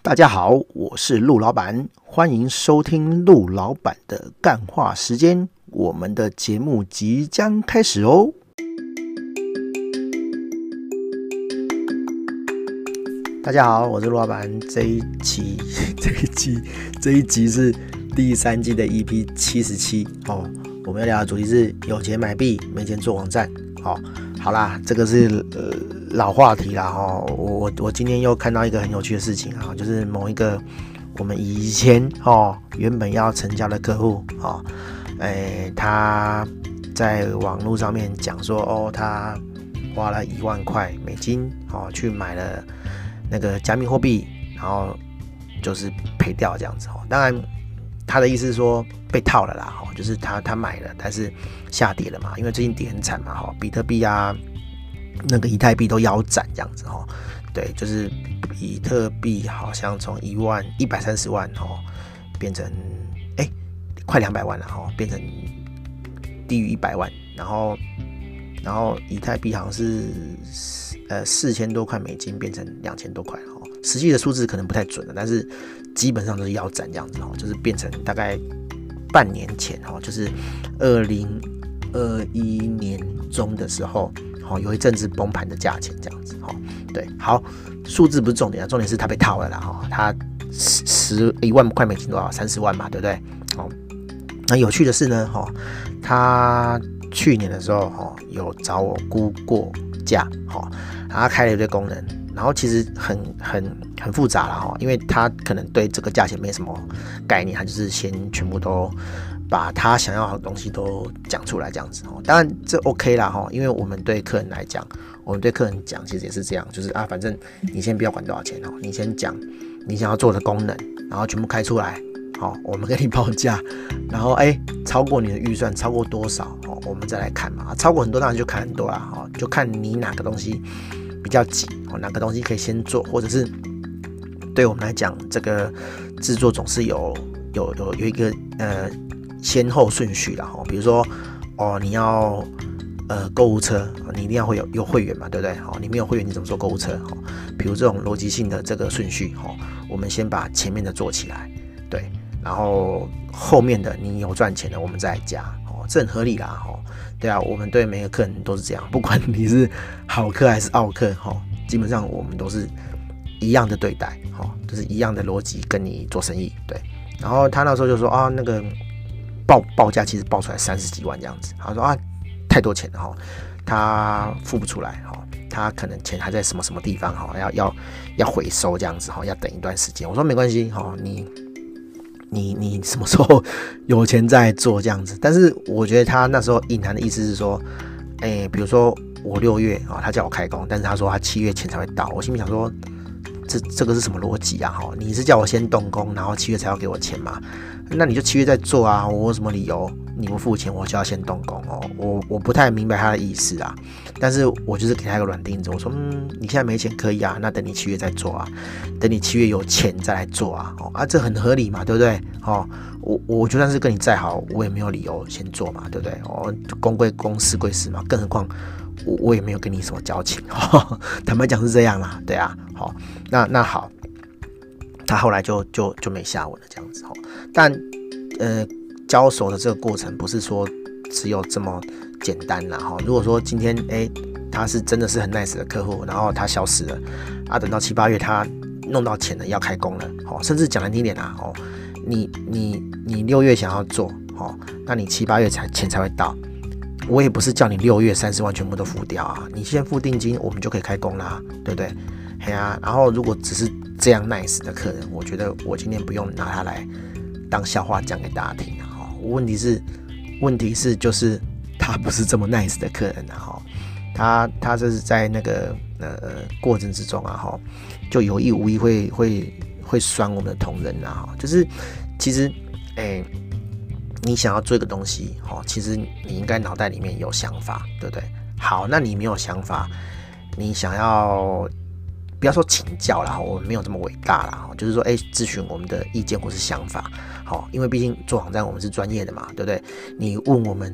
大家好，我是陆老板，欢迎收听陆老板的干话时间。我们的节目即将开始哦。大家好，我是陆老板。这一集是第3季的 EP 77哦。我们要聊的主题是有钱买币，没钱做网站。好啦，这个是老话题啦哈。我今天又看到一个很有趣的事情啊，就是某一个我们以前原本要成交的客户他在网络上面讲说他花了1万块美金去买了那个加密货币，然后就是赔掉这样子当然他的意思是说被套了啦就是他买了，但是下跌了嘛，因为最近跌很惨嘛比特币啊那个以太币都腰斩这样子对，就是比特币好像从130万变成快200万了变成低于100万，然后以太币好像是4000多块美金变成2000多块实际的数字可能不太准了，但是基本上都是腰斩这样子就是变成大概半年前就是2021年中的时候有一阵子崩盘的价钱这样子对，好，数字不是重点重点是他被套了啦他1万块美金多少30万嘛，对不对那有趣的是呢他去年的时候有找我估过价然后他开了一堆功能，然后其实很复杂啦因为他可能对这个价钱没什么概念，他就是先全部都把他想要的东西都讲出来这样子当然这 OK 啦因为我们对客人来讲，我们对客人讲其实也是这样，就是反正你先不要管多少钱你先讲你想要做的功能，然后全部开出来我们给你报价，然后超过你的预算超过多少我们再来看嘛，超过很多当然就看很多啦就看你哪个东西比较急哪个东西可以先做，或者是对我们来讲这个制作总是有一个先后顺序啦比如说你要购物车你一定要会有会员嘛，对不对你没有会员你怎么做购物车比如这种逻辑性的这个顺序我们先把前面的做起来，对，然后后面的你有赚钱的我们再来加这很合理啦对啊，我们对每个客人都是这样，不管你是好客还是傲客基本上我们都是一样的对待就是一样的逻辑跟你做生意，对。然后他那时候就说那个报价其实报出来30几万这样子，他说太多钱了他付不出来他可能钱还在什么什么地方要回收这样子要等一段时间。我说没关系你什么时候有钱再做这样子，但是我觉得他那时候隐含的意思是说比如说我6月他叫我开工，但是他说他7月前才会到，我心里想说这个是什么逻辑啊你是叫我先动工然后7月才要给我钱吗？那你就7月再做啊，我有什么理由你不付钱我就要先动工我不太明白他的意思啊，但是我就是给他一个软钉子，我说你现在没钱可以啊，那等你7月再做啊，等你7月有钱再来做啊这很合理嘛，对不对我就算是跟你再好我也没有理由先做嘛，对不对公归公私归私嘛，更何况我也没有跟你什么交情坦白讲是这样啦，对啊那好，他后来就没下文了这样子但交手的这个过程不是说只有这么简单啦如果说今天他是真的是很 nice 的客户，然后他消失了等到7、8月他弄到钱了要开工了甚至讲难听点你6月想要做那你7、8月钱才会到，我也不是叫你6月30万全部都付掉你先付定金我们就可以开工啦，对不对然后如果只是这样 nice 的客人，我觉得我今天不用拿他来当笑话讲给大家听问题是就是他不是这么 nice 的客人他这是在那个过程之中就有意无意会酸我们的同仁就是其实你想要做一个东西其实你应该脑袋里面有想法，对不对？好，那你没有想法，你想要不要说请教啦，我们没有这么伟大啦，就是说咨询我们的意见或是想法因为毕竟做网站我们是专业的嘛，对不对？你问我们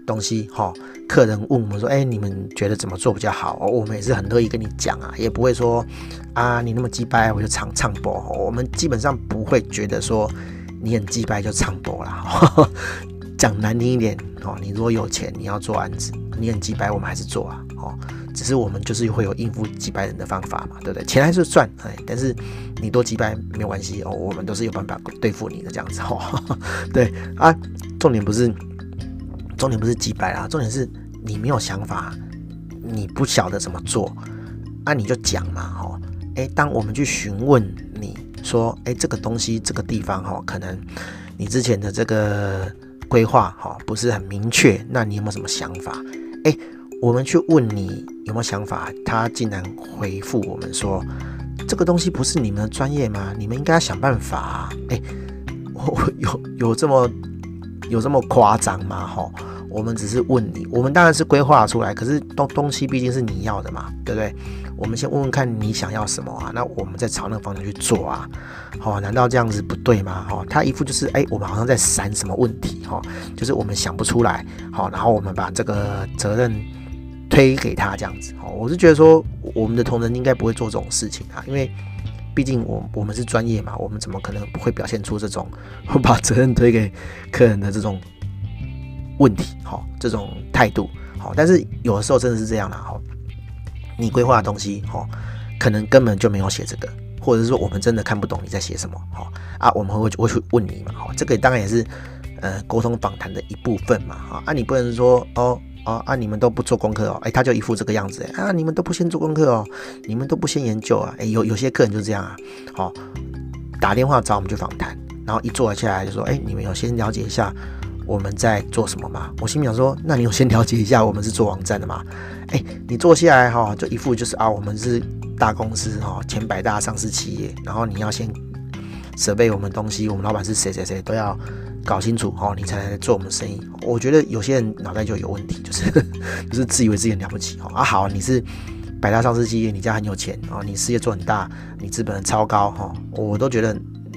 东西客人问我们说，你们觉得怎么做比较好？我们也是很乐意跟你讲啊，也不会说啊你那么鸡掰我就唱播。我们基本上不会觉得说你很鸡掰就唱播啦。讲难听一点你如果有钱你要做案子，你很鸡掰我们还是做啊。只是我们就是会有应付鸡掰人的方法嘛，对不对？钱还是赚，但是你多鸡掰没有关系我们都是有办法对付你的这样子对啊，重点不是鸡掰啦，重点是你没有想法，你不晓得怎么做啊，你就讲嘛当我们去询问你说这个东西这个地方可能你之前的这个规划不是很明确，那你有没有什么想法？我们去问你有没有想法，他竟然回复我们说这个东西不是你们的专业吗？你们应该要想办法啊。有这么夸张吗？我们只是问你，我们当然是规划出来，可是东西毕竟是你要的嘛，对不对？我们先问问看你想要什么啊，那我们再朝那个方向去做啊。难道这样子不对吗？他一副就是我们好像在闪什么问题就是我们想不出来然后我们把这个责任推给他这样子我是觉得说我们的同仁应该不会做这种事情啊，因为毕竟我们是专业嘛，我们怎么可能不会表现出这种会把责任推给客人的这种问题这种态度但是有的时候真的是这样啦你规划的东西可能根本就没有写这个，或者是说我们真的看不懂你在写什么我们会去问你嘛这个当然也是沟通访谈的一部分嘛你不能说你们都不做功课他就一副这个样子你们都不先做功课你们都不先研究有些客人就这样打电话找我们去访谈，然后一坐下来就说你们有先了解一下我们在做什么吗？我心里想说，那你有先了解一下我们是做网站的吗？你坐下来就一副就是我们是大公司前100大上市企业，然后你要先设备我们东西，我们老板是谁都要搞清楚你才能做我们的生意。我觉得有些人脑袋就有问题，就是自以为自己很了不起好，你是100大上市企业，你家很有钱你事业做很大，你资本超高我都觉得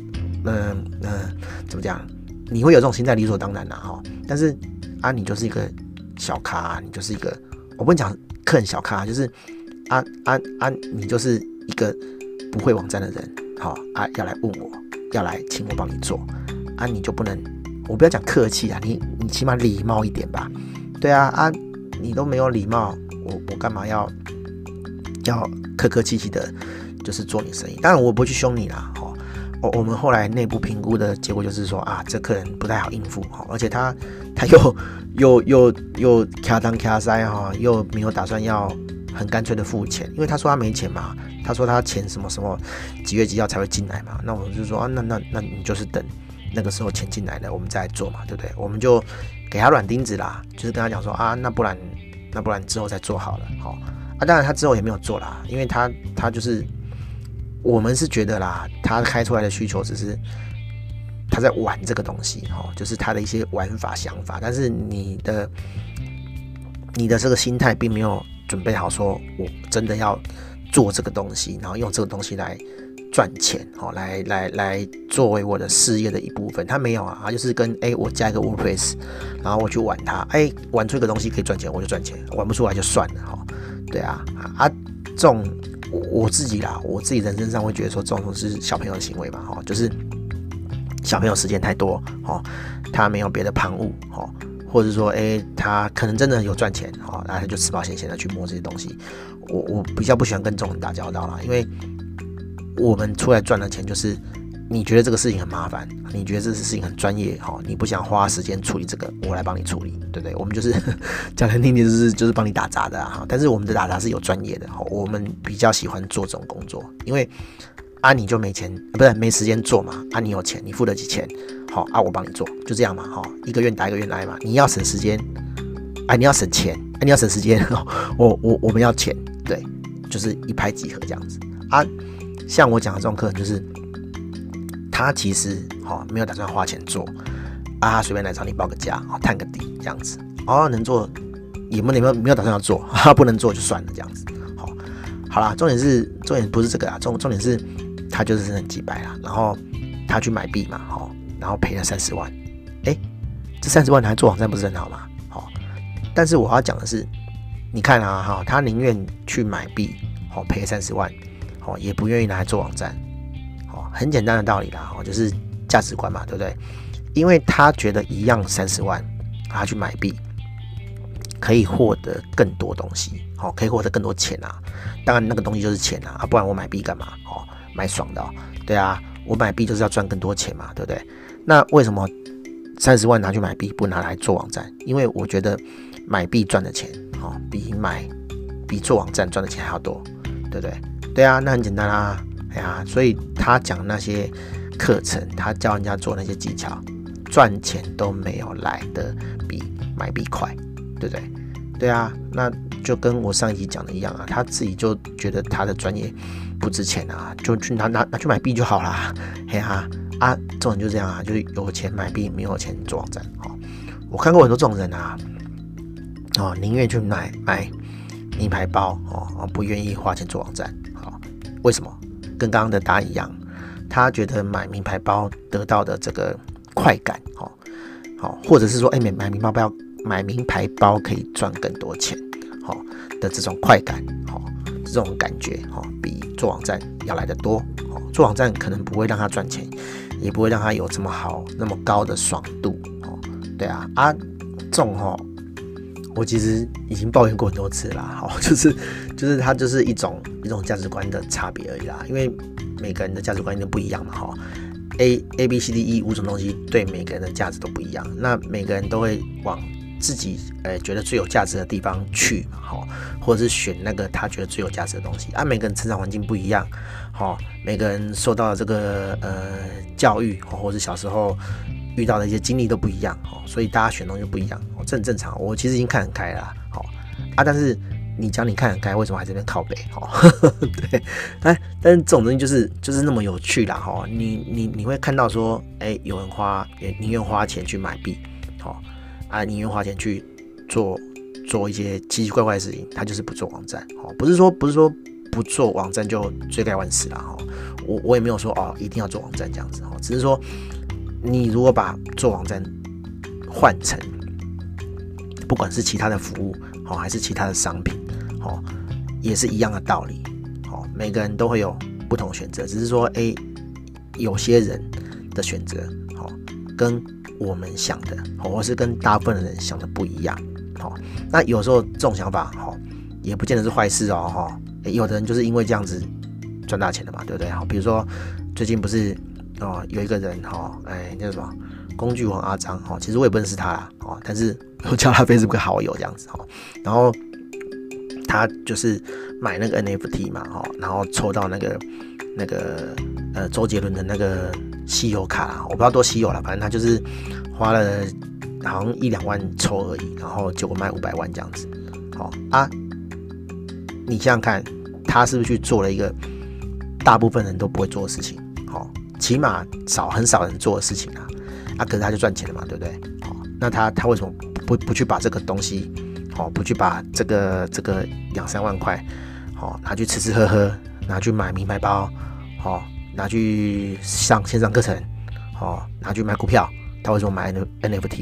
怎么讲？你会有这种心态理所当然但是你就是一个小咖你就是一个我不能讲客人小咖，就是你就是一个不会网站的人要来问我，要来请我帮你做你就不能，我不要讲客气你起码礼貌一点吧。对你都没有礼貌，我干嘛要客客气气的，就是做你生意？当然我不会去凶你啦我们后来内部评估的结果就是说这客人不太好应付而且他又卡当卡塞又没有打算要很干脆的付钱，因为他说他没钱嘛，他说他钱什么什么几月几号才会进来嘛，那我就说那你就是等那个时候钱进来了我们再来做嘛，对不对？我们就给他软钉子啦，就是跟他讲说那不然之后再做好了当然他之后也没有做啦，因为他就是我们是觉得啦，他开出来的需求只是他在玩这个东西就是他的一些玩法想法，但是你的这个心态并没有准备好，说我真的要做这个东西，然后用这个东西来赚钱来作为我的事业的一部分。他没有他就是跟我加一个 WordPress， 然后我去玩它，玩出一个东西可以赚钱我就赚钱，玩不出来就算了对这种我自己人生上会觉得说这种是小朋友的行为嘛就是小朋友时间太多他没有别的旁骛或者说他可能真的有赚钱然后他就吃饱闲闲的去摸这些东西。我比较不喜欢跟这种人打交道啦，因为我们出来赚的钱就是你觉得这个事情很麻烦，你觉得这个事情很专业你不想花时间处理这个，我来帮你处理，对不对？我们就是讲难听点就是帮你打杂的但是我们的打杂是有专业的我们比较喜欢做这种工作，因为你就没钱不是没时间做嘛你有钱你付得起钱我帮你做就这样嘛一个愿打一个愿挨嘛，你要省时间你要省钱你要省时间我们要钱，对，就是一拍即合这样子像我讲的这种客人就是他其实没有打算花钱做他随便来找你报个价探个底这样子能做也没有打算要做不能做就算了这样子好啦，重点不是这个重点是他就是真的很鸡掰啦，然后他去买币嘛然后赔了30万这30万还做网站不是很好吗但是我要讲的是，你看啊，他宁愿去买币，赔30万，也不愿意拿来做网站，很简单的道理啦，就是价值观嘛，对不对？因为他觉得一样30万，他去买币，可以获得更多东西，可以获得更多钱啊。当然那个东西就是钱啊，不然我买币干嘛？买爽的对啊，我买币就是要赚更多钱嘛，对不对？那为什么30万拿去买币，不拿来做网站？因为我觉得买币赚的钱，比做网站赚的钱还要多，对不对？对啊，那很简单啦，所以他讲那些课程，他教人家做那些技巧，赚钱都没有来的比买币快，对不对？对啊，那就跟我上一集讲的一样啊，他自己就觉得他的专业不值钱啊，就去拿去买币就好啦。这种人就这样啊，就是有钱买币，没有钱做网站。我看过很多这种人啊，宁愿去买名牌包不愿意花钱做网站。为什么？跟刚刚的答案一样，他觉得买名牌包得到的这个快感，或者是说，买名牌包可以赚更多钱，的这种快感，这种感觉，比做网站要来得多。做网站可能不会让他赚钱，也不会让他有这么好、那么高的爽度，对啊，这种我其实已经抱怨过很多次啦，就是它就是一种价值观的差别而已啦，因为每个人的价值观一定不一样嘛，A B C D E 5种东西对每个人的价值都不一样，那每个人都会往自己觉得最有价值的地方去嘛，或者是选那个他觉得最有价值的东西每个人成长环境不一样，每个人受到的这个教育或者小时候遇到的一些经历都不一样，所以大家选东西不一样，这很正常。我其实已经看很开了但是你讲你看很开，为什么还在这边靠北？对，但是这种东西就是那么有趣啦，你会看到说，有人宁愿花钱去买币，宁愿花钱去做一些奇奇怪怪的事情，他就是不做网站，不是说不做网站就罪该万死啦，我也没有说一定要做网站这样子，只是说你如果把做网站换成不管是其他的服务还是其他的商品，也是一样的道理，每个人都会有不同选择，只是说有些人的选择跟我们想的或是跟大部分的人想的不一样，那有时候这种想法也不见得是坏事有的人就是因为这样子赚大钱的嘛，对不对？比如说最近不是有一个人叫什么工具王阿张，其实我也不认识他啦，但是我加他 Facebook 好友这样子，然后他就是买那个 NFT 嘛，然后抽到那个周杰伦的那个稀有卡啦，我不知道多稀有啦，反正他就是花了好像1-2万抽而已，然后结果卖500万这样子，你想想看，他是不是去做了一个大部分人都不会做的事情，起码很少人做的事情可是他就赚钱了嘛，对不对？那他为什么不去把这个东西，不去把这个2-3万块，拿去吃吃喝喝，拿去买名牌包，拿去上线上课程，拿去买股票，他为什么买 NFT？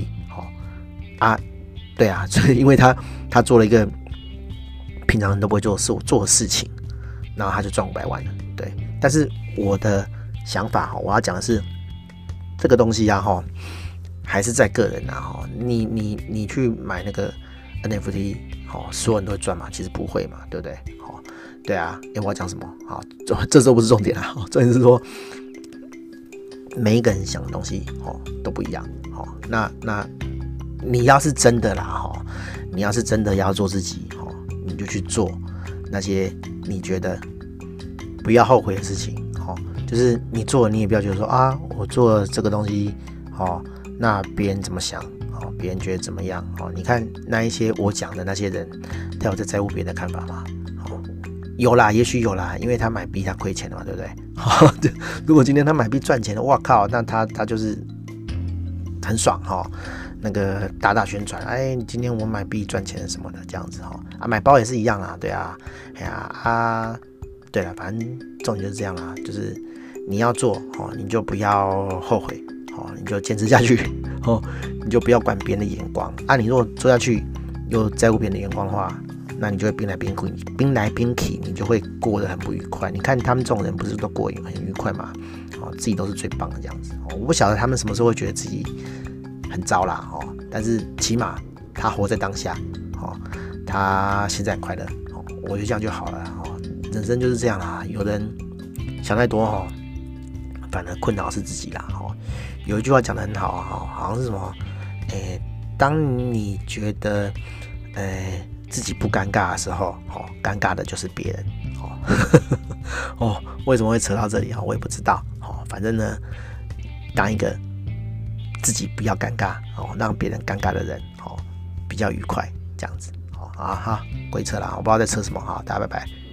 对啊，所以因为他做了一个平常人都不会做的事情，然后他就赚500万了，对。但是我的想法我要讲的是，这个东西还是在个人你去买那个 NFT，所有人都会赚嘛？其实不会嘛，对不对？对啊，我要讲什么？这时候不是重点啦，重点是说每一个人想的东西都不一样，那你要是真的啦，你要是真的要做自己，你就去做那些你觉得不要后悔的事情，就是你做了你也不要觉得说我做了这个东西，那别人怎么想，别人觉得怎么样，你看那一些我讲的那些人，他有在乎别人的看法吗？有啦，也许有啦，因为他买币他亏钱了嘛，对不对？如果今天他买币赚钱了，哇靠，那他就是很爽那个大宣传，今天我买币赚钱什么的这样子买包也是一样啦，对啊，对了，反正重点就是这样啦，就是你要做你就不要后悔你就坚持下去你就不要管别人的眼光你如果做下去又在乎别人的眼光的话，那你就会兵来兵去，你就会过得很不愉快。你看他们这种人不是都过得很愉快吗？自己都是最棒的这样子。我不晓得他们什么时候会觉得自己很糟啦，但是起码他活在当下，他现在很快乐，我觉得这样就好了。人生就是这样啦，有人想太多，反而困扰是自己啦。有一句话讲得很好，好像是什么，当你觉得自己不尴尬的时候，尴尬的就是别人。为什么会扯到这里我也不知道。反正呢，当一个自己不要尴尬，让别人尴尬的人，比较愉快，这样子。好，鬼扯啦，我不知道在扯什么。好，大家拜拜。